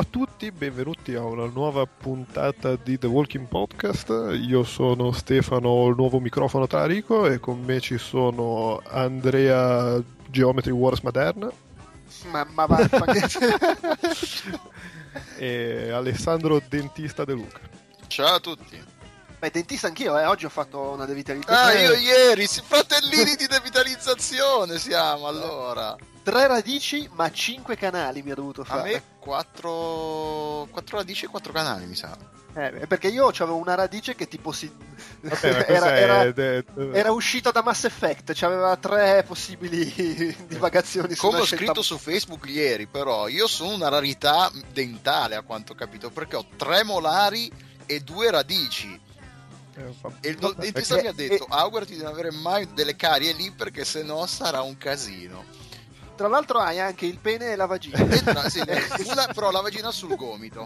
a tutti, benvenuti a una nuova puntata di The Walking Podcast. Io sono Stefano, il nuovo microfono Tarico, e con me ci sono Andrea, Geometry Wars Moderna. Ma vaffanculo. E Alessandro, dentista De Luca. Ciao a tutti. Beh, dentista anch'io, oggi ho fatto una devitalizzazione. Io ieri, fratellini di devitalizzazione siamo, allora. 3 radici, ma 5 canali mi ha dovuto fare. A me 4 radici e 4 canali, mi sa. Perché io avevo una radice che tipo Vabbè, era uscita da Mass Effect, c'aveva 3 possibili divagazioni. Come ho scritto su Facebook ieri, però, io sono una rarità dentale, a quanto ho capito, perché ho 3 molari e 2 radici. E il dentista mi ha detto: augurati di non avere mai delle carie lì, perché sennò sarà un casino. Tra l'altro hai anche il pene e la vagina. Però la vagina sul gomito.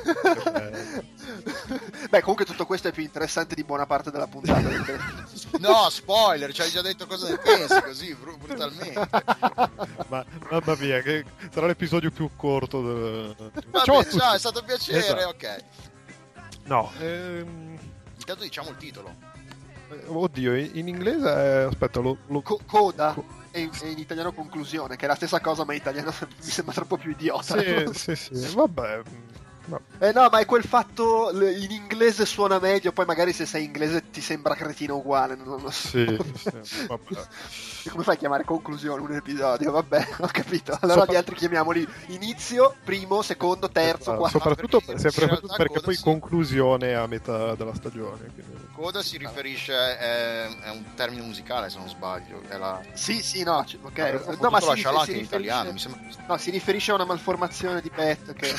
Beh, comunque tutto questo è più interessante di buona parte della puntata. No, spoiler, ci hai già detto cosa ne pensi, così brutalmente. Ma mamma mia, che sarà l'episodio più corto. Vabbè, ciao, è stato un piacere, esatto. Ok. No, intanto diciamo il titolo. Oddio, in inglese aspetta, Coda. E in italiano conclusione, che è la stessa cosa, ma in italiano mi sembra troppo più idiota. Sì, vabbè. No. No, ma è quel fatto, in inglese suona meglio, poi magari se sei inglese ti sembra cretino uguale. Non lo so. Sì, vabbè. Come fai a chiamare conclusione un episodio? Vabbè, ho capito. Allora gli altri chiamiamoli inizio, primo, secondo, terzo, quarto. Soprattutto perché poi conclusione a metà della stagione. Quindi... Coda si riferisce, è un termine musicale, se non sbaglio. È la... Sì, no, ok. No, ma lasciarlo anche in italiano, mi sembra. No, si riferisce a una malformazione di Pet che...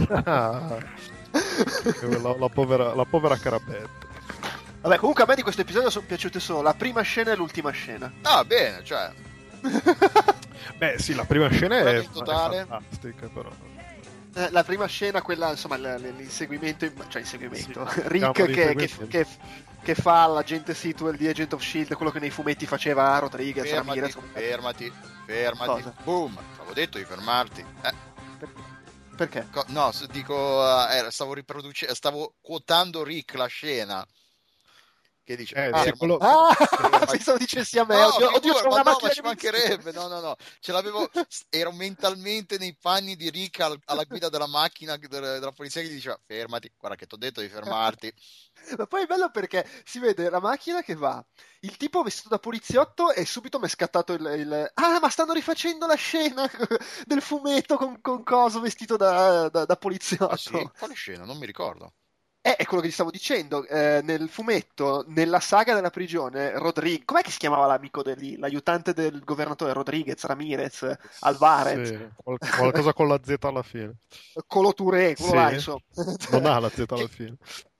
la povera Carabetta. Vabbè, comunque a me di questo episodio sono piaciute solo la prima scena e l'ultima scena. Ah, bene, cioè. Beh, sì, la prima scena è fantastica, però. La prima scena, quella, insomma, l'inseguimento, inseguimento. Sì, Rick che fa l'agente Sitwell di Agent of Shield, quello che nei fumetti faceva Rodriguez. Fermati. Cosa? Boom, avevo detto di fermarti. Perché? No, dico, stavo quotando Rick, la scena. Che dice? Pensavo dicessi a me. Oddio, c'è una macchina, ma ci mancherebbe. No. Ce l'avevo. Ero mentalmente nei panni di Rick alla guida della macchina della polizia, che gli diceva: fermati, guarda che t'ho detto di fermarti. Ma poi è bello perché si vede la macchina che va, il tipo vestito da poliziotto, e subito mi è scattato ma stanno rifacendo la scena del fumetto con coso vestito da poliziotto. Ah sì? Quale scena? Non mi ricordo. È quello che ti stavo dicendo, nel fumetto, nella saga della prigione, Rodriguez, com'è che si chiamava l'amico l'aiutante del governatore? Rodriguez, Ramirez, Alvarez? Sì, qualcosa con la Z alla fine. Coloture, quello là, insomma. Non ha la Z alla fine.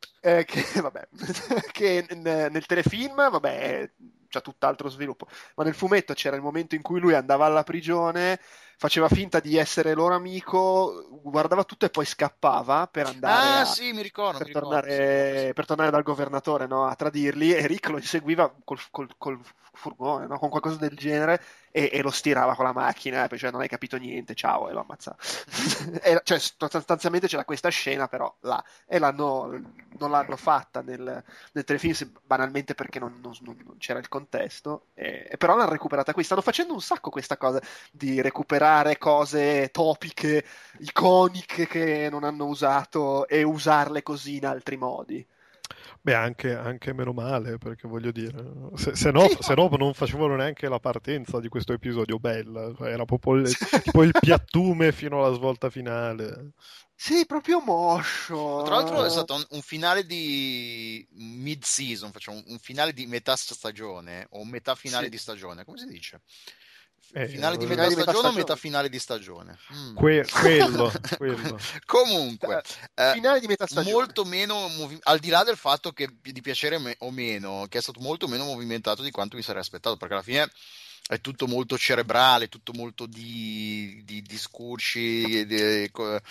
Che nel telefilm, c'ha tutt'altro sviluppo, ma nel fumetto c'era il momento in cui lui andava alla prigione, faceva finta di essere loro amico, guardava tutto e poi scappava per andare mi ricordo, per tornare dal governatore, no, a tradirli, e Rick lo inseguiva col furgone, no, con qualcosa del genere, e lo stirava con la macchina, cioè non hai capito niente, ciao, e lo ammazzava. Cioè, sostanzialmente c'era questa scena però là, e non l'hanno fatta nel telefilm, banalmente perché non c'era il contesto, e però l'hanno recuperata qui. Stanno facendo un sacco questa cosa di recuperare cose topiche, iconiche, che non hanno usato, e usarle così in altri modi. Beh, anche meno male, perché voglio dire, se no non facevano neanche la partenza di questo episodio bella, cioè, era proprio tipo il piattume fino alla svolta finale. Sì, proprio moscio. Tra l'altro è stato un finale di mid-season, facciamo un finale di metà stagione, o metà finale di stagione, come si dice? Finale di metà stagione o metà finale di stagione? Quello. Comunque, finale di metà stagione. Molto meno, al di là del fatto che di piacere o meno, che è stato molto meno movimentato di quanto mi sarei aspettato, perché alla fine è tutto molto cerebrale, tutto molto di discorsi,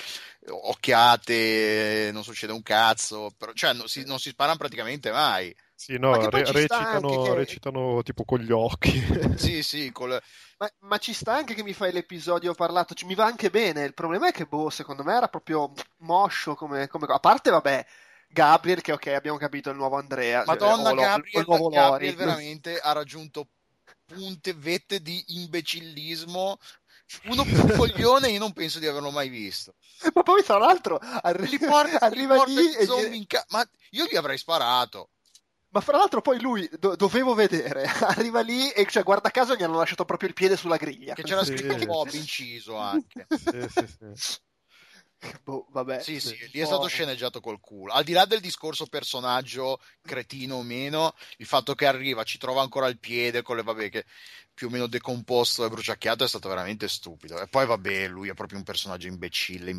occhiate, non succede un cazzo, però, cioè non si sparano praticamente mai. Sì, no, recitano, recitano tipo con gli occhi. Sì, ma ci sta anche che mi fai l'episodio parlato, mi va anche bene. Il problema è che, secondo me era proprio moscio a parte, vabbè, Gabriel, che ok, abbiamo capito il nuovo Andrea, Madonna, il nuovo Gabriel Lori. veramente ha raggiunto punte, vette di imbecillismo. Uno più coglione io non penso di averlo mai visto. Ma poi tra l'altro Li porta lì gli zombie ma io gli avrei sparato. Ma fra l'altro poi lui, dovevo vedere, arriva lì e cioè, guarda caso gli hanno lasciato proprio il piede sulla griglia. Che c'era scritto Bob inciso anche. Sì. Vabbè. Sì, lì è stato sceneggiato col culo. Al di là del discorso personaggio cretino o meno, il fatto che arriva, ci trova ancora il piede con le vabbè che più o meno decomposto e bruciacchiato è stato veramente stupido. E poi vabbè, lui è proprio un personaggio imbecille.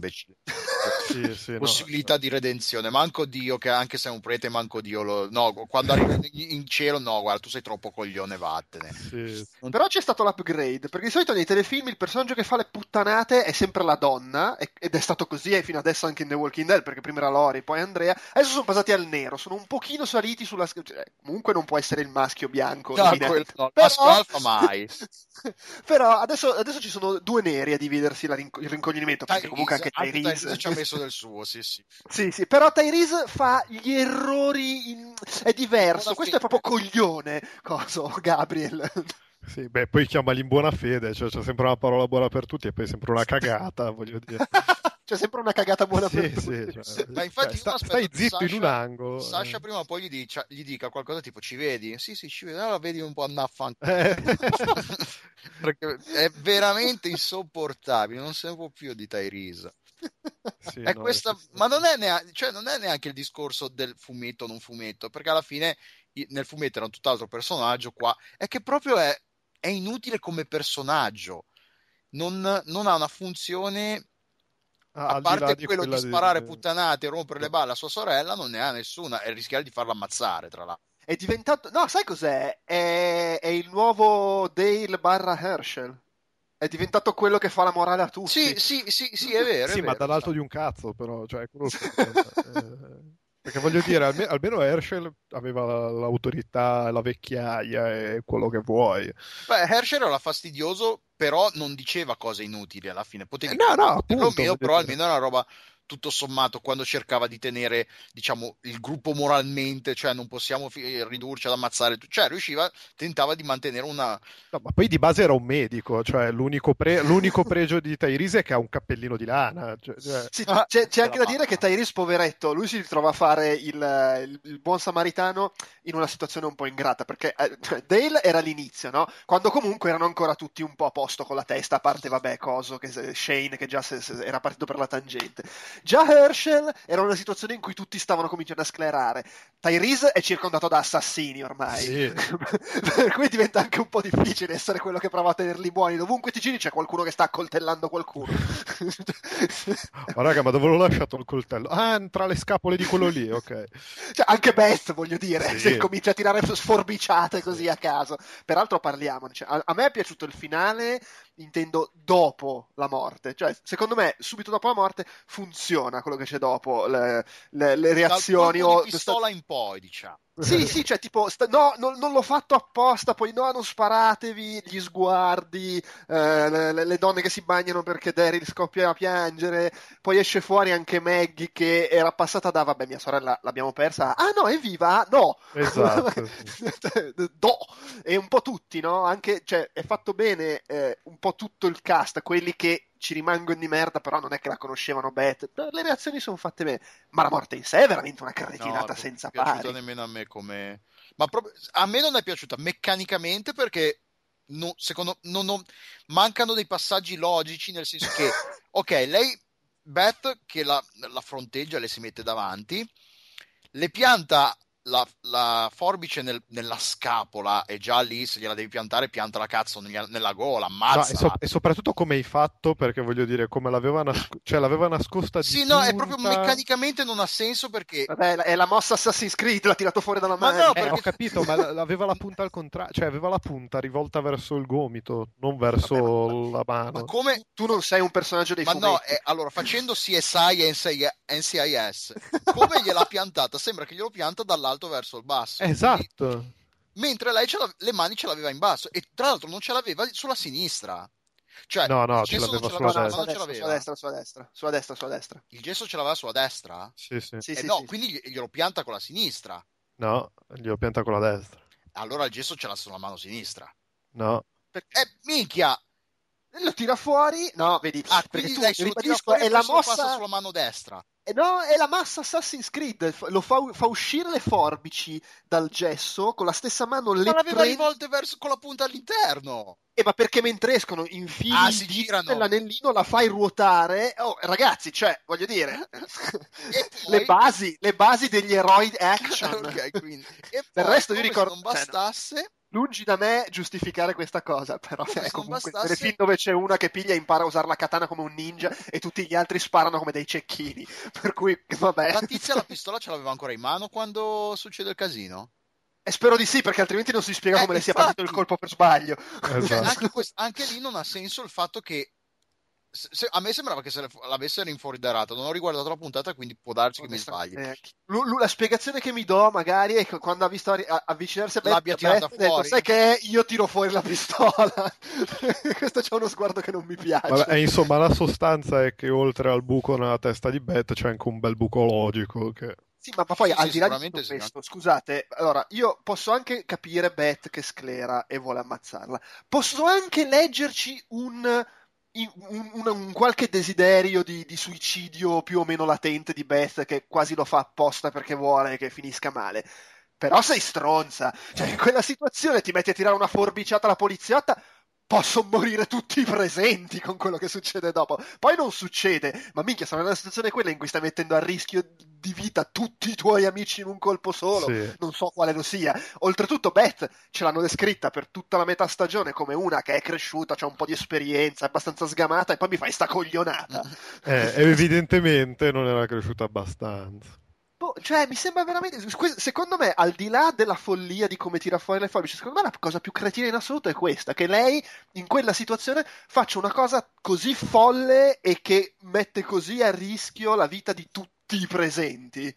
Possibilità di redenzione. Manco Dio, che anche se è un prete, manco Dio no, quando arriva in cielo, no, guarda, tu sei troppo coglione, vattene. Però c'è stato l'upgrade, perché di solito nei telefilm il personaggio che fa le puttanate è sempre la donna, ed è stato così fino adesso anche in The Walking Dead, perché prima era Lori, poi Andrea, adesso sono passati al nero, sono un pochino saliti sulla... Cioè, comunque non può essere il maschio bianco. No, il maschio alfa mai. Però adesso ci sono due neri a dividersi il rincoglionimento, perché comunque anche Tyrese ci ha messo del suo, sì. Sì, però Tyrese fa gli errori, è diverso, questo è proprio coglione, Gabriel. Sì, beh, poi chiamali in buona fede, cioè c'è sempre una parola buona per tutti e poi sempre una cagata, voglio dire. C'è sempre una cagata buona per tutti. Cioè, ma infatti stai zitto Sasha, in un angolo. Sasha prima o poi gli dica qualcosa tipo ci vedi? Sì, ci vedo, allora vedi un po' annaffa. Perché è veramente insopportabile, non se ne può più di Tyrese. È questa, ma non è neanche il discorso del fumetto o non fumetto, perché alla fine nel fumetto era un tutt'altro personaggio, qua è che proprio è inutile come personaggio, non ha una funzione, a parte quello di sparare puttanate e rompere le balle a sua sorella, non ne ha nessuna e rischiare di farla ammazzare, tra l'altro. È diventato, no, sai cos'è? È il nuovo Dale barra Herschel. È diventato quello che fa la morale a tutti. Sì, è vero. Sì, ma dall'alto di un cazzo, però, cioè, perché voglio dire, almeno Herschel aveva l'autorità, la vecchiaia e quello che vuoi. Beh, Herschel era fastidioso, però non diceva cose inutili alla fine. Potevi appunto, però almeno era una roba tutto sommato, quando cercava di tenere, diciamo, il gruppo moralmente, cioè non possiamo ridurci ad ammazzare, cioè tentava di mantenere una... No, ma poi di base era un medico, cioè l'unico pregio di Tyrese è che ha un cappellino di lana. Sì, c'è anche da dire che Tyrese, poveretto, lui si ritrova a fare il buon samaritano in una situazione un po' ingrata, perché Dale era all'inizio, no? Quando comunque erano ancora tutti un po' a posto con la testa, a parte, vabbè, Shane che già era partito per la tangente. Già Herschel era una situazione in cui tutti stavano cominciando a sclerare. Tyrese è circondato da assassini ormai, sì. Per cui diventa anche un po' difficile essere quello che prova a tenerli buoni. Dovunque ti giri c'è qualcuno che sta accoltellando qualcuno. Ma raga, ma dove l'ho lasciato il coltello? Ah, tra le scapole di quello lì, ok. Cioè, anche Beth, voglio dire, sì. Se comincia a tirare sforbiciate così a caso. Peraltro parliamone, cioè, a me è piaciuto il finale, intendo dopo la morte, cioè secondo me subito dopo la morte funziona quello che c'è dopo, le reazioni dal di pistola in poi, diciamo. Sì, cioè tipo, no, non l'ho fatto apposta, poi no, non sparatevi, gli sguardi, le donne che si bagnano perché Daryl scoppia a piangere, poi esce fuori anche Maggie che era passata da, vabbè, mia sorella l'abbiamo persa, ah no, è viva, no! Esatto. No! E un po' tutti, no? Anche, cioè, è fatto bene un po' tutto il cast, quelli che ci rimangono di merda, però non è che la conoscevano Beth. Le reazioni sono fatte bene, ma la morte in sé è veramente una cretinata senza pari. Non è piaciuta nemmeno a me come... Ma proprio, a me non è piaciuta meccanicamente perché mancano dei passaggi logici, nel senso che, ok, lei, Beth, che la fronteggia, le si mette davanti, le pianta la forbice nella scapola e già lì se gliela devi piantare pianta la cazzo nella gola, ammazza. No, e soprattutto come hai fatto, perché voglio dire come l'aveva nascosta di sì, no, è proprio meccanicamente non ha senso perché vabbè, è la mossa Assassin's Creed, l'ha tirato fuori dalla mano. No, perché... ho capito, ma aveva la punta al contrario, cioè aveva la punta rivolta verso il gomito, non verso la mano. Ma come tu non sei un personaggio dei fumetti? No, allora facendo CSI e NCIS, come gliel'ha piantata? Sembra che glielo pianta dal dall'alto verso il basso. Esatto. Quindi, mentre lei le mani ce l'aveva in basso e tra l'altro non ce l'aveva sulla sinistra. Cioè, no, il ce gesso l'aveva non ce sulla l'aveva, destra. non ce l'aveva. Sulla destra. Il gesso ce l'aveva sulla destra? Sì. No, sì. quindi glielo pianta con la sinistra. No, glielo pianta con la destra. Allora il gesso ce l'ha sulla mano sinistra. No. Minchia! Lo tira fuori, no, vedi, Quindi perché lei tu, se lo tira ribadisco, fuori è e la poi se lo passa mossa... sulla mano destra. No, è la massa Assassin's Creed, lo fa uscire le forbici dal gesso, con la stessa mano le Ma l'aveva prende... rivolte con la punta all'interno. Ma perché mentre escono infili il si dito girano. nell'anellino, la fai ruotare. Oh, ragazzi, cioè, voglio dire, E poi... le basi degli eroi action. Ok, quindi. E Del poi, resto io come ricordo... se non bastasse... lungi da me giustificare questa cosa, però Come è se non comunque bastasse- nelle film dove c'è una che piglia e impara a usare la katana come un ninja e tutti gli altri sparano come dei cecchini. Per cui, vabbè. La tizia la pistola ce l'aveva ancora in mano quando succede il casino? E spero di sì, perché altrimenti non si spiega come le sia infatti. partito il colpo per sbaglio. Esatto. Anche lì non ha senso il fatto che a me sembrava che se l'avessero infoderata. Non ho riguardato la puntata, quindi può darsi che mi sbagli. La spiegazione che mi do magari è che quando ha visto avvicinarsi a Beth, L'abbia tirata Beth ha detto, fuori. sai che io tiro fuori la pistola. Questo c'è uno sguardo che non mi piace. Vabbè, insomma, la sostanza è che oltre al buco nella testa di Beth c'è anche un bel buco logico che... Sì, ma poi al di là di tutto sì, questo, scusate, allora io posso anche capire Beth che sclera e vuole ammazzarla, posso anche leggerci un qualche desiderio di suicidio più o meno latente di Beth che quasi lo fa apposta perché vuole che finisca male. Però sei stronza, cioè in quella situazione ti metti a tirare una forbiciata alla poliziotta, possono morire tutti i presenti con quello che succede dopo. Poi non succede, ma minchia, siamo nella situazione quella in cui stai mettendo a rischio di vita tutti i tuoi amici in un colpo solo, Sì. non so quale lo sia. Oltretutto Beth ce l'hanno descritta per tutta la metà stagione come una che è cresciuta, c'ha un po' di esperienza, è abbastanza sgamata e poi mi fai sta coglionata. Evidentemente non era cresciuta abbastanza. Cioè, mi sembra veramente. Secondo me, al di là della follia di come tira fuori le forbici, secondo me la cosa più cretina in assoluto è questa: che lei in quella situazione faccia una cosa così folle e che mette così a rischio la vita di tutti i presenti.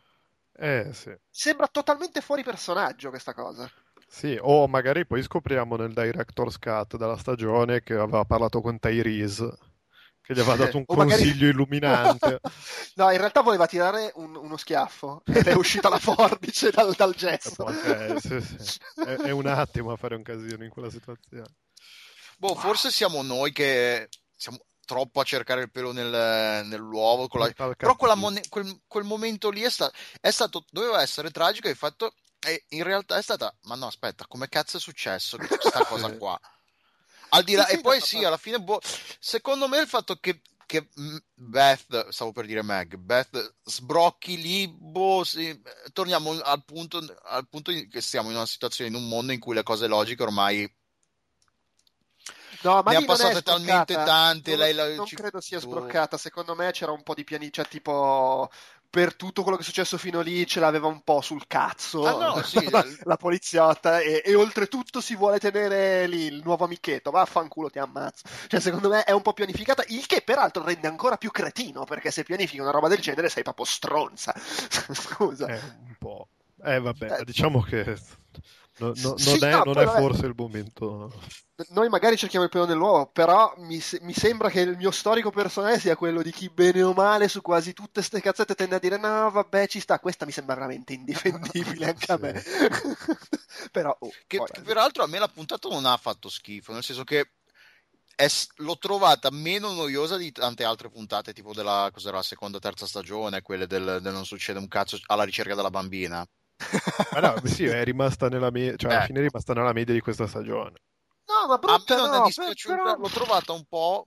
Sì. Sembra totalmente fuori personaggio questa cosa. Sì, o magari poi scopriamo nel director's cut della stagione che aveva parlato con Tyrese, che gli aveva dato un consiglio illuminante. No, in realtà voleva tirare uno schiaffo ed è uscita la forbice dal gesso. Sì. È un attimo a fare un casino in quella situazione. Forse siamo noi che siamo troppo a cercare il pelo nell'uovo. Però quel momento lì è stato, doveva essere tragico. Il fatto in realtà è stata, ma no, aspetta, come cazzo è successo questa cosa qua? Al di là, Sì, e poi no, alla fine, secondo me il fatto che Beth, stavo per dire Beth sbrocchi lì, torniamo al punto che siamo in una situazione, in un mondo in cui le cose logiche ormai no, ma ne ha lì non è passate talmente tante. Non credo sia sbroccata. Secondo me c'era un po' di piani, cioè tipo per tutto quello che è successo fino lì ce l'aveva un po' sul cazzo no, sì. la poliziotta e oltretutto si vuole tenere lì il nuovo amichetto, vaffanculo ti ammazzo. Cioè secondo me è un po' pianificata, il che peraltro rende ancora più cretino, perché se pianifichi una roba del genere sei proprio stronza. Scusa. Un po'. Vabbè, diciamo che non è forse il momento. Noi magari cerchiamo il pelo nell'uovo, però mi sembra che il mio storico personale sia quello di chi bene o male su quasi tutte ste cazzette tende a dire no, vabbè, ci sta, questa mi sembra veramente indifendibile anche a me. Però, che peraltro a me la puntata non ha fatto schifo, nel senso che l'ho trovata meno noiosa di tante altre puntate, tipo cos'era la seconda, terza stagione, quelle del non succede un cazzo alla ricerca della bambina. Ma no, sì, è rimasta nella alla fine è rimasta nella media di questa stagione. No, ma brutta, a me non è dispiaciuta, però... l'ho trovata un po'.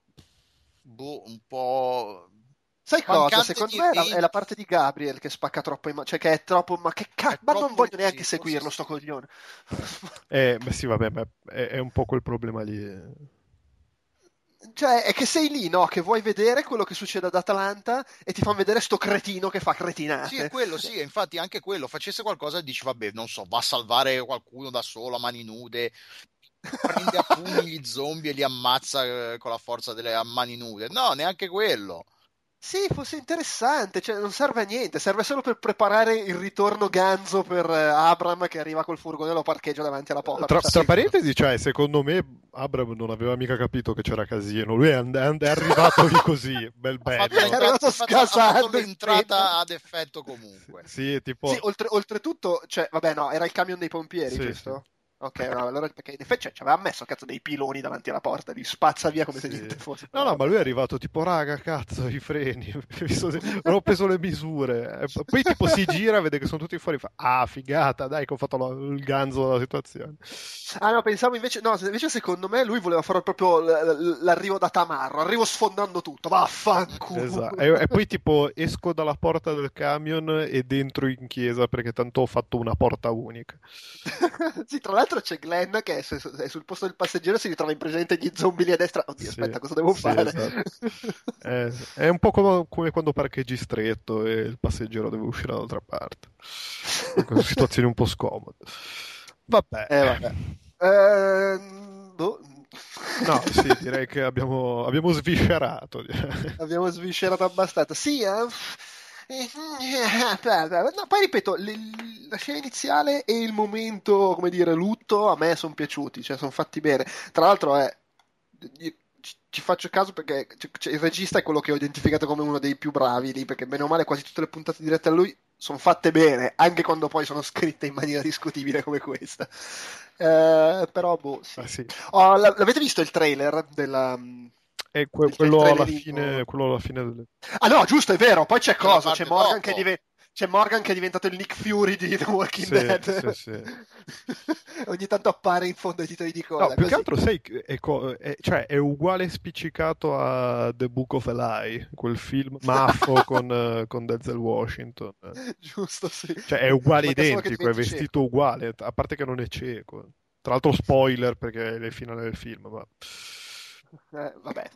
Sai cosa? Secondo me è la parte di Gabriel che spacca troppo, cioè che è troppo, ma che cazzo, ma non voglio neanche seguirlo sto coglione. Sì, vabbè, ma è un po' quel problema lì. Cioè, è che sei lì, no? Che vuoi vedere quello che succede ad Atalanta e ti fanno vedere sto cretino che fa cretinate. Sì, è quello, sì, infatti anche quello, facesse qualcosa e dici, vabbè, non so, va a salvare qualcuno da solo a mani nude, prende a pugni gli zombie e li ammazza con la forza delle mani nude. No, neanche quello. Sì, fosse interessante, cioè non serve a niente, serve solo per preparare il ritorno ganzo per Abram che arriva col furgone e lo parcheggia davanti alla porta. Tra parentesi, cioè, secondo me Abram non aveva mica capito che c'era casino. Lui è arrivato lì così, bel bello. È arrivato scasato. Ha fatto l'entrata ad effetto comunque. Sì, tipo... Sì, oltretutto, cioè, vabbè, no, era il camion dei pompieri, Sì, giusto? sì. Ok, no, allora perché in effetti ci aveva messo cazzo dei piloni davanti alla porta, li spazza via come se Sì. niente fosse. No, ma lui è arrivato tipo, raga, cazzo, i freni, non ho preso le misure. Poi tipo si gira, vede che sono tutti fuori, fa, ah, figata, dai che ho fatto il ganzo della situazione. Ah no, pensavo invece, no, invece secondo me lui voleva fare proprio l'arrivo da tamarro, arrivo sfondando tutto, vaffanculo. Esatto. E poi tipo esco dalla porta del camion e dentro in chiesa perché tanto ho fatto una porta unica. Sì, tra l'altro c'è Glenn che è sul posto del passeggero, si ritrova in presente gli zombie lì a destra. Oddio, Sì, aspetta, cosa devo sì, fare? esatto. È un po' come quando parcheggi stretto e il passeggero deve uscire dall'altra parte. Sono situazioni un po' scomode. Vabbè. Vabbè. Boh. No, sì, direi che abbiamo sviscerato. Abbiamo sviscerato abbastanza. Sì, no, poi ripeto, la scena iniziale e il momento, come dire, lutto a me sono piaciuti, cioè sono fatti bene. Tra l'altro ci faccio caso perché il regista è quello che ho identificato come uno dei più bravi lì, perché bene o male quasi tutte le puntate dirette a lui sono fatte bene, anche quando poi sono scritte in maniera discutibile come questa. Però, boh, sì. Ah, sì. L'avete visto il trailer della... E il quello alla trailerino? fine Ah no, giusto, è vero, poi c'è Quella cosa? parte C'è Morgan che è diventato il Nick Fury di The Walking Sì, Dead. sì, sì. Ogni tanto appare in fondo ai titoli di coda. No, più che Così. altro sai, cioè, è uguale spiccicato a The Book of Eli, quel film maffo con Denzel Washington. Giusto, sì. Cioè, è uguale Manca solo che identico, è diventi vestito uguale, a parte che non è cieco. Tra l'altro spoiler perché è il finale del film, ma... cieco. Vabbè.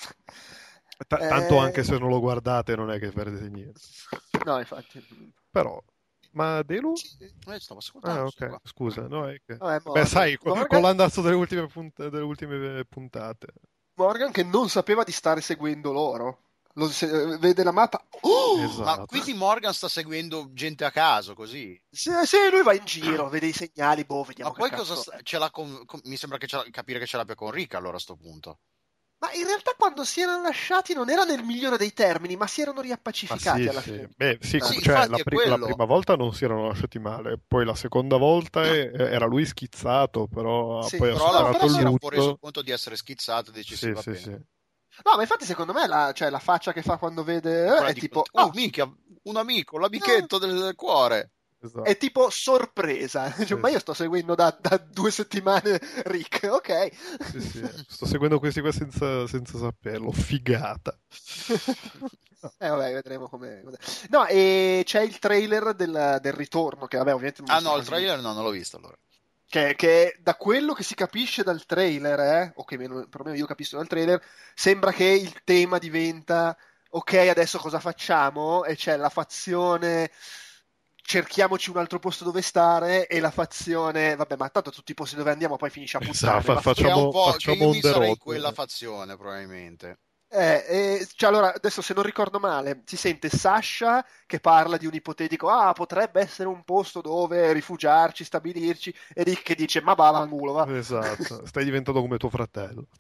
Tanto anche Eh, se non lo guardate non è che perdete niente. no, infatti. Però, ma Delu? Stavo Ah, ascoltando. ok, scusa, no, è che... Vabbè, Beh, sai, con Morgan, l'andazzo delle ultime puntate. Morgan che non sapeva di stare seguendo loro. Vede la mappa. Oh! Ma Esatto. quindi Morgan sta seguendo gente a caso, così? Sì, lui va in giro, vede i segnali, boh, vediamo Ma che poi cazzo è. ce l'ha mi sembra che capire che ce l'abbia con Rick allora a sto punto. Ma in realtà quando si erano lasciati non era nel migliore dei termini, ma si erano Ma riappacificati sì, alla sì. fine. Beh, sì, Sì, cioè infatti è la quello. prima volta non si erano lasciati male, poi la seconda volta era lui schizzato, però Sì. poi ha Però alla superato fine il si era un po' reso lutto. conto di essere schizzato e dice sì, Sì, va sì, bene. sì. No, ma infatti secondo me cioè, la faccia che fa quando vede Quella è di, tipo, oh minchia, un amico, l'amichetto del cuore. Esatto. è tipo sorpresa. Cioè, Sì, ma io sì. sto seguendo da 2 settimane Rick, ok. Sì, sì. Sto seguendo questi qua senza saperlo. Figata. Vabbè, vedremo come... No, e c'è il trailer del ritorno, che vabbè, ovviamente non Ah mostra no, il quasi niente. trailer no, non l'ho visto allora. Che da quello che si capisce dal trailer, o che perlomeno io capisco dal trailer, sembra che il tema diventa ok, adesso cosa facciamo? E c'è la fazione cerchiamoci un altro posto dove stare e la fazione, vabbè, ma tanto tutti i posti dove andiamo poi finisce a Esatto, puttane. Che è un po' che facciamo io on mi the sarei in road. quella fazione probabilmente. Cioè, allora, adesso se non ricordo male, si sente Sasha che parla di un ipotetico, potrebbe essere un posto dove rifugiarci, stabilirci, e Rick che dice, ma va, vangulo, va. Esatto, stai diventando come tuo fratello.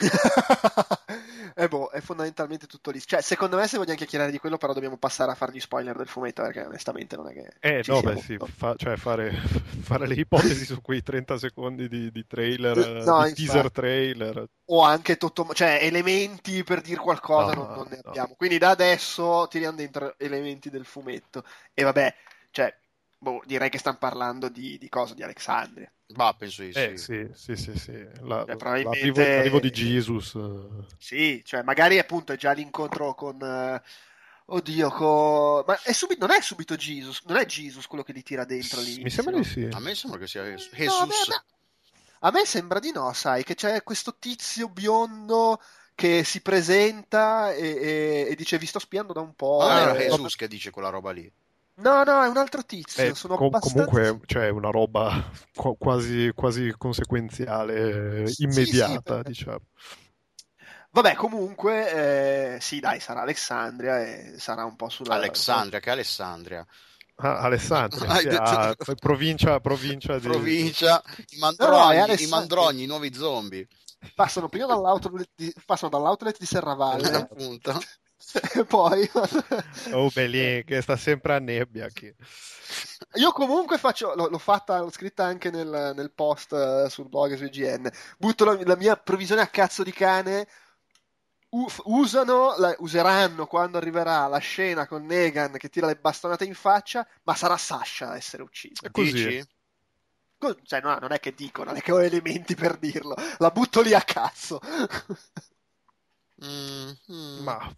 E boh, è fondamentalmente tutto lì. Cioè, secondo me se vogliamo chiacchierare di quello, però dobbiamo passare a fare gli spoiler del fumetto, perché onestamente non è che ci No, sia beh, sì, molto. cioè fare le ipotesi su quei 30 secondi di trailer, No, di teaser infatti. trailer. O anche cioè elementi per dire qualcosa non No, ne no. abbiamo. Quindi da adesso tiriamo dentro elementi del fumetto. E vabbè, cioè, boh, direi che stiamo parlando di cosa? Di Alexandria. Ma penso di sì. Sì, sì, sì, sì. Cioè, L'arrivo di probabilmente Jesus. sì, cioè magari appunto è già l'incontro con oddio, ma non è subito Jesus, non è Jesus quello che li tira dentro Mi sembra di all'inizio. sì. A me sembra che sia No, Jesus. a me sembra di no, sai, che c'è questo tizio biondo che si presenta e dice vi sto spiando da un Ma non po'. era Vabbè. Jesus che dice quella roba lì? No, no, è un altro tizio, sono abbastanza... Comunque, cioè, una roba quasi conseguenziale, Sì, sì, immediata, diciamo. Vabbè, comunque, sì, dai, sarà Alexandria e sarà un po' sulla... Alexandria, che Alessandria. Alessandria, Hai sì, detto... provincia di... provincia, i Alessandria. mandrogni, i nuovi zombie. Passano prima dall'outlet di Serravalle, Appunto. e poi... Oh, Belin, che sta sempre a nebbia qui. Io comunque l'ho scritta anche nel post sul blog su IGN. Butto la mia previsione a cazzo di cane. Useranno quando arriverà la scena con Negan che tira le bastonate in faccia, ma sarà Sasha a essere uccisa. È così. Dici? Cioè, no, non è che dico, non è che ho elementi per dirlo, la butto lì a cazzo. Ma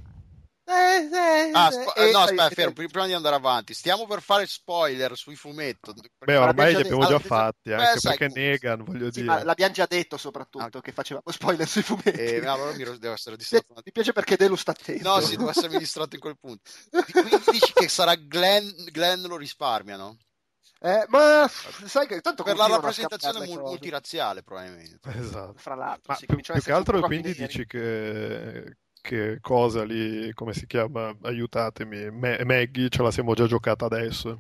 aspetta, fermo, prima di andare avanti, stiamo per fare spoiler sui fumetto. Beh, ormai li abbiamo già detto. fatti, anche sai, perché Negan, voglio Sì, dire. ma l'abbiamo già detto soprattutto che facevamo spoiler sui fumetti. Allora devo essere distratto. Mi piace perché Delu sta attento. No, sì, devo essermi distratto in quel punto. Quindi dici che sarà Glenn lo risparmiano? Ma sai che tanto per la rappresentazione multiraziale, probabilmente. Esatto. Fra l'altro, ma sì, più che altro quindi dici che cosa lì, come si chiama? Aiutatemi, Maggie ce la siamo già giocata adesso.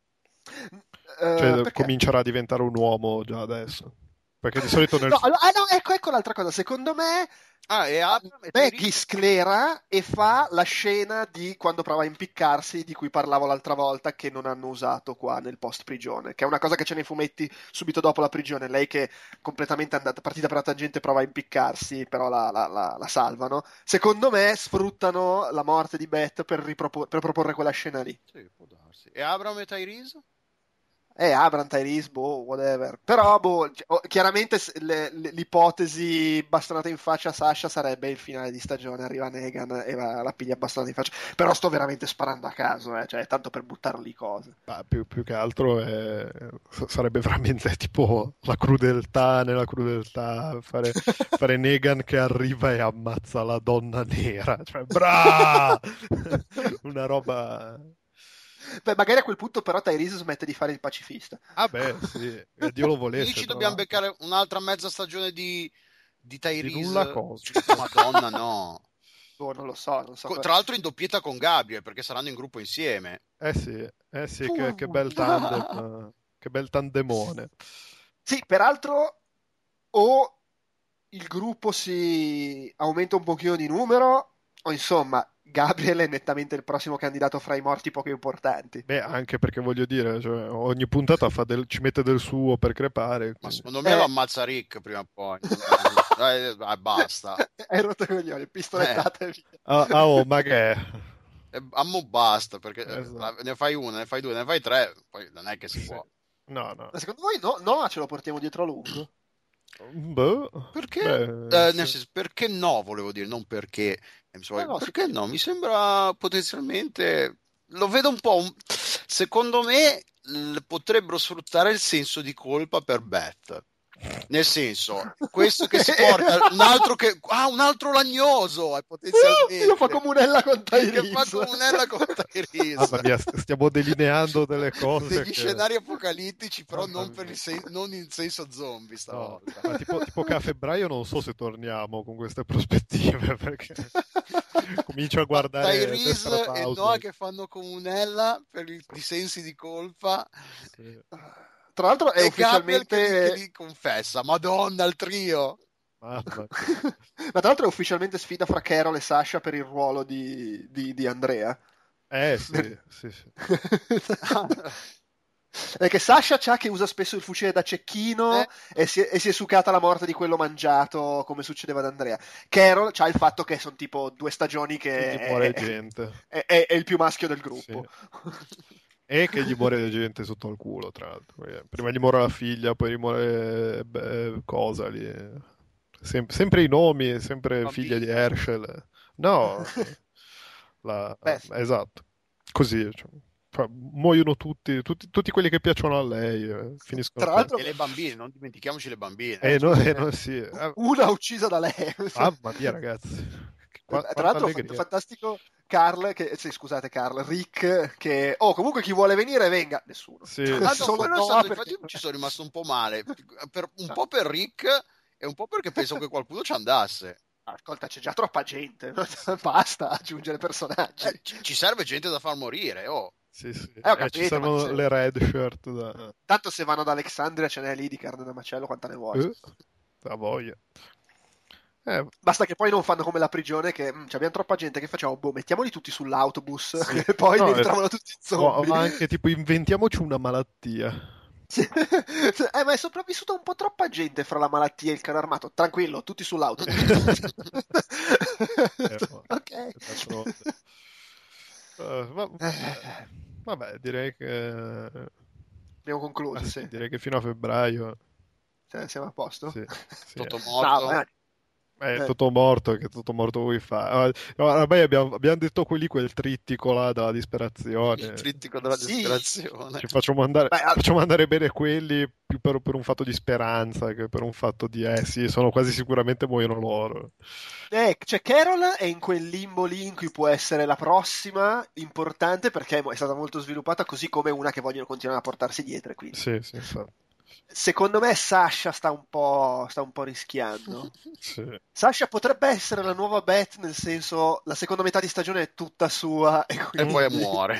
Cioè comincerà a diventare un uomo già adesso. Perché di solito nel... No, ecco l'altra cosa. Secondo me Maggie sclera e fa la scena di quando prova a impiccarsi, di cui parlavo l'altra volta, che non hanno usato qua nel post prigione, che è una cosa che c'è nei fumetti subito dopo la prigione. Lei che completamente partita per la tangente prova a impiccarsi, però la salvano. Secondo me sfruttano la morte di Beth per proporre quella scena lì. Sì, può darsi. E Abram e Tyrese? Abram, Tyrese, whatever. Però, chiaramente l'ipotesi bastonata in faccia a Sasha sarebbe il finale di stagione, arriva Negan e la piglia bastonata in faccia. Però sto veramente sparando a caso, cioè tanto per buttare lì cose. Più che altro sarebbe veramente tipo la crudeltà nella crudeltà, fare Negan che arriva e ammazza la donna nera, cioè una roba... Beh, magari a quel punto però Tyrese smette di fare il pacifista. Ah beh, sì, Dio lo volesse. Quindi ci dobbiamo beccare un'altra mezza stagione di Tyrese. Di nulla cosa. Madonna, no. Non lo so. Tra l'altro in doppietta con Gabriel, perché saranno in gruppo insieme. Sì, che bel tandem, che bel tandemone. Sì, peraltro o il gruppo si aumenta un pochino di numero, o insomma Gabriel è nettamente il prossimo candidato fra i morti poco importanti. Beh, anche perché voglio dire, cioè, ogni puntata ci mette del suo per crepare. Ma secondo me lo ammazza Rick prima o poi. Basta. Hai rotto i coglioni, pistolettate via. Ma che è? Ammo basta, perché ne fai una, ne fai due, ne fai tre, poi non è che si può. No. Ma secondo voi no, ce lo portiamo dietro a lungo? Perché? Nel senso, perché no, volevo dire, non perché. Perché no? Mi sembra potenzialmente... Lo vedo un po'... Secondo me potrebbero sfruttare il senso di colpa per Beth. Nel senso, questo che si porta un altro lagnoso potenzialmente io fa comunella con Tyrese. Che fa comunella con Tyrese. Mamma mia, stiamo delineando delle cose degli scenari apocalittici, però non in senso zombie stavolta. Ma tipo che a febbraio non so se torniamo con queste prospettive, perché comincio a guardare Tyrese e Noah che fanno comunella per i sensi di colpa. Sì. Tra l'altro è ufficialmente che gli confessa, Madonna, il trio. Ma tra l'altro è ufficialmente sfida fra Carol e Sasha per il ruolo di Andrea. Sì. È che Sasha c'ha che usa spesso il fucile da cecchino e si è sucata la morte di quello mangiato, come succedeva ad Andrea. Carol c'ha il fatto che sono tipo 2 stagioni che è il più maschio del gruppo. Sì. E che gli muore gente sotto al culo, tra l'altro. Prima gli muore la figlia, poi gli muore cosa lì. Sempre i nomi, sempre figlia di Herschel. No, esatto. Così, muoiono tutti quelli che piacciono a lei. Finiscono tra l'altro... E le bambine, non dimentichiamoci le bambine. Sì. Una uccisa da lei. Mamma mia, ragazzi. Tra l'altro fantastico Rick che comunque chi vuole venire venga, nessuno. Sì. Infatti ci sono rimasto un po' male, un po' per Rick e un po' perché penso che qualcuno ci andasse. Ascolta, c'è già troppa gente, basta aggiungere personaggi. Ci serve gente da far morire, oh. Sì. Ho capito, ci servono le red shirt da... Tanto se vanno ad Alexandria ce n'è lì di carne da macello quanta ne vuoi. La voglia. Basta che poi non fanno come la prigione, che abbiamo troppa gente, che facciamo? Mettiamoli tutti sull'autobus, sì. E poi diventavano tutti zombie. O anche tipo inventiamoci una malattia. Ma è sopravvissuta un po' troppa gente fra la malattia e il carro armato. Tranquillo, tutti sull'autobus. Ok. Vabbè, direi che abbiamo concluso. Sì. Direi che fino a febbraio siamo a posto. Sì. Tutto morto. Tutto morto, che tutto morto vuoi fare? Ormai abbiamo detto quel trittico là della disperazione. Il trittico della disperazione. Ci facciamo andare bene quelli più per un fatto di speranza che per un fatto di sì, sono quasi sicuramente muoiono loro. Cioè Carol è in quel limbo lì in cui può essere la prossima importante perché è stata molto sviluppata, così come una che vogliono continuare a portarsi dietro, quindi. Sì, infatti. Secondo me Sasha sta un po' rischiando. Sì. Sasha potrebbe essere la nuova Beth, nel senso la seconda metà di stagione è tutta sua e poi muore.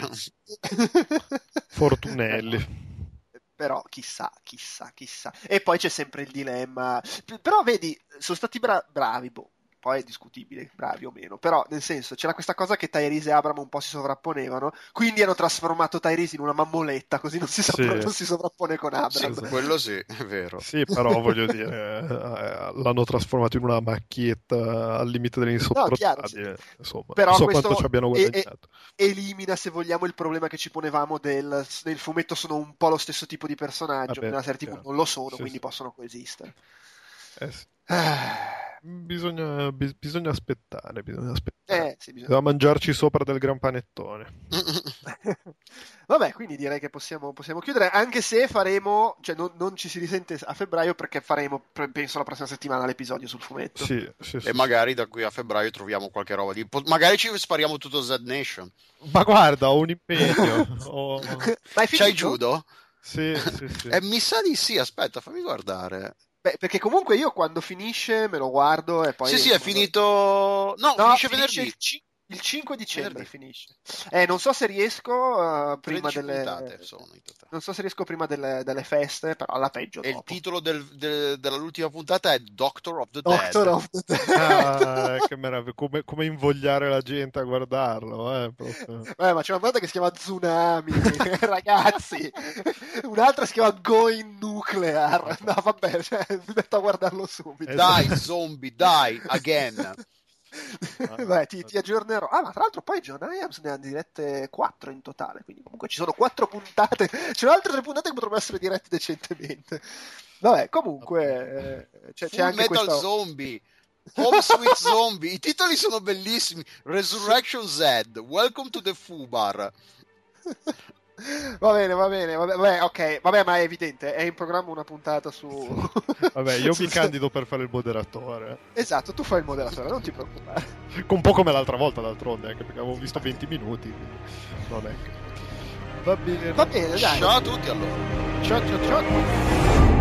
Fortunelli. Però chissà. E poi c'è sempre il dilemma. Però vedi, sono stati bravi, poi è discutibile, bravi o meno, però nel senso c'era questa cosa che Tyrese e Abram un po' si sovrapponevano, quindi hanno trasformato Tyrese in una mammoletta, così non si sovrappone con Abram. Sì, quello sì, è vero. Sì, però voglio dire, l'hanno trasformato in una macchietta al limite dell'insopportabile. No, sì. Insomma, però non so questo quanto ci abbiano guadagnato. Elimina, se vogliamo, il problema che ci ponevamo nel fumetto sono un po' lo stesso tipo di personaggio, nella serie TV non lo sono, quindi possono coesistere. Sì. Bisogna aspettare. Sì, Bisogna mangiarci sopra del gran panettone. Vabbè, quindi direi che possiamo chiudere, anche se faremo, cioè non ci si risente a febbraio perché faremo, penso la prossima settimana, l'episodio sul fumetto. Sì. E magari da qui a febbraio troviamo qualche roba magari ci spariamo tutto Z Nation. Ma guarda, ho un impegno. Ma c'hai judo? Sì. Mi sa di sì, aspetta, fammi guardare. Beh, perché comunque io quando finisce me lo guardo e poi... Sì, è finito... No, finisce venerdì. Il 5 dicembre finisce. Non so se riesco prima delle puntate sono in totale. Non so se riesco prima delle feste, però alla peggio dopo. Il titolo dell'ultima puntata è Doctor of the Dead. Che meraviglia, come invogliare la gente a guardarlo, ma c'è una puntata che si chiama Tsunami, ragazzi. Un'altra si chiama Going Nuclear. No, vabbè, metto a guardarlo subito. Dai, zombie, dai, again. Beh, ti aggiornerò. Ma tra l'altro poi John Iams ne ha dirette 4 in totale, quindi comunque ci sono 4 puntate, ci sono altre 3 puntate che potrebbero essere dirette decentemente. Vabbè, comunque c'è anche Metal questo... Zombie, Home Sweet Zombie, i titoli sono bellissimi. Resurrection Z, Welcome to the Fubar. Va bene, ok, ma è evidente, è in programma una puntata su... Vabbè, io mi candido per fare il moderatore. Esatto, tu fai il moderatore, non ti preoccupare. Un po' come l'altra volta, d'altronde, anche perché avevo visto 20 minuti. Non è che... Va bene, dai. Ciao a tutti allora. Ciao.